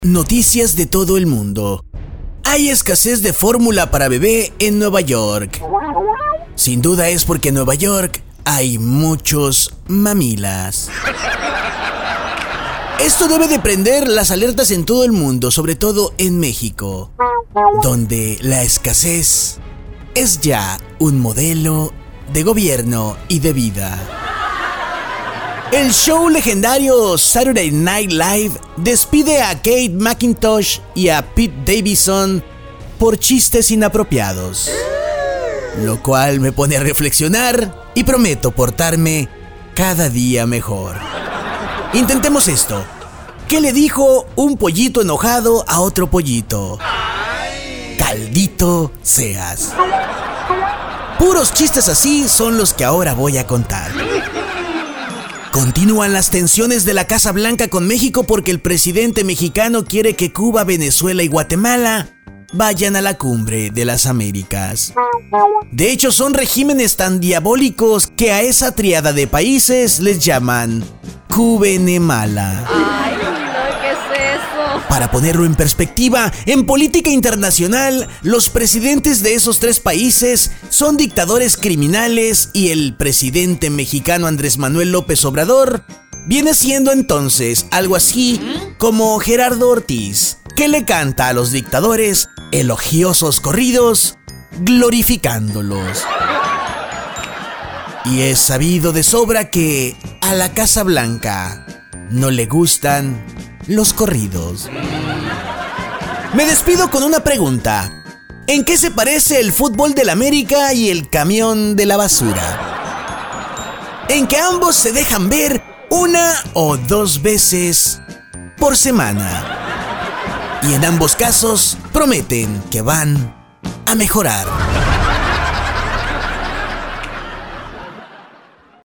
Noticias de todo el mundo. Hay escasez de fórmula para bebé en Nueva York. Sin duda es porque en Nueva York hay muchos mamilas. Esto debe de prender las alertas en todo el mundo, sobre todo en México, donde la escasez es ya un modelo de gobierno y de vida. El show legendario Saturday Night Live despide a Kate McIntosh y a Pete Davidson por chistes inapropiados, lo cual me pone a reflexionar y prometo portarme cada día mejor. Intentemos esto. ¿Qué le dijo un pollito enojado a otro pollito? Caldito seas. Puros chistes así son los que ahora voy a contar. Continúan las tensiones de la Casa Blanca con México porque el presidente mexicano quiere que Cuba, Venezuela y Guatemala vayan a la cumbre de las Américas. De hecho, son regímenes tan diabólicos que a esa tríada de países les llaman Cubenemala. Ay, no, ¿qué es eso? Para ponerlo en perspectiva, en política internacional, los presidentes de esos tres países son dictadores criminales y el presidente mexicano Andrés Manuel López Obrador viene siendo entonces algo así como Gerardo Ortiz, que le canta a los dictadores elogiosos corridos, glorificándolos. Y es sabido de sobra que a la Casa Blanca no le gustan los corridos. Me despido con una pregunta. ¿En qué se parece el fútbol del América y el camión de la basura? En que ambos se dejan ver una o dos veces por semana. Y en ambos casos prometen que van a mejorar.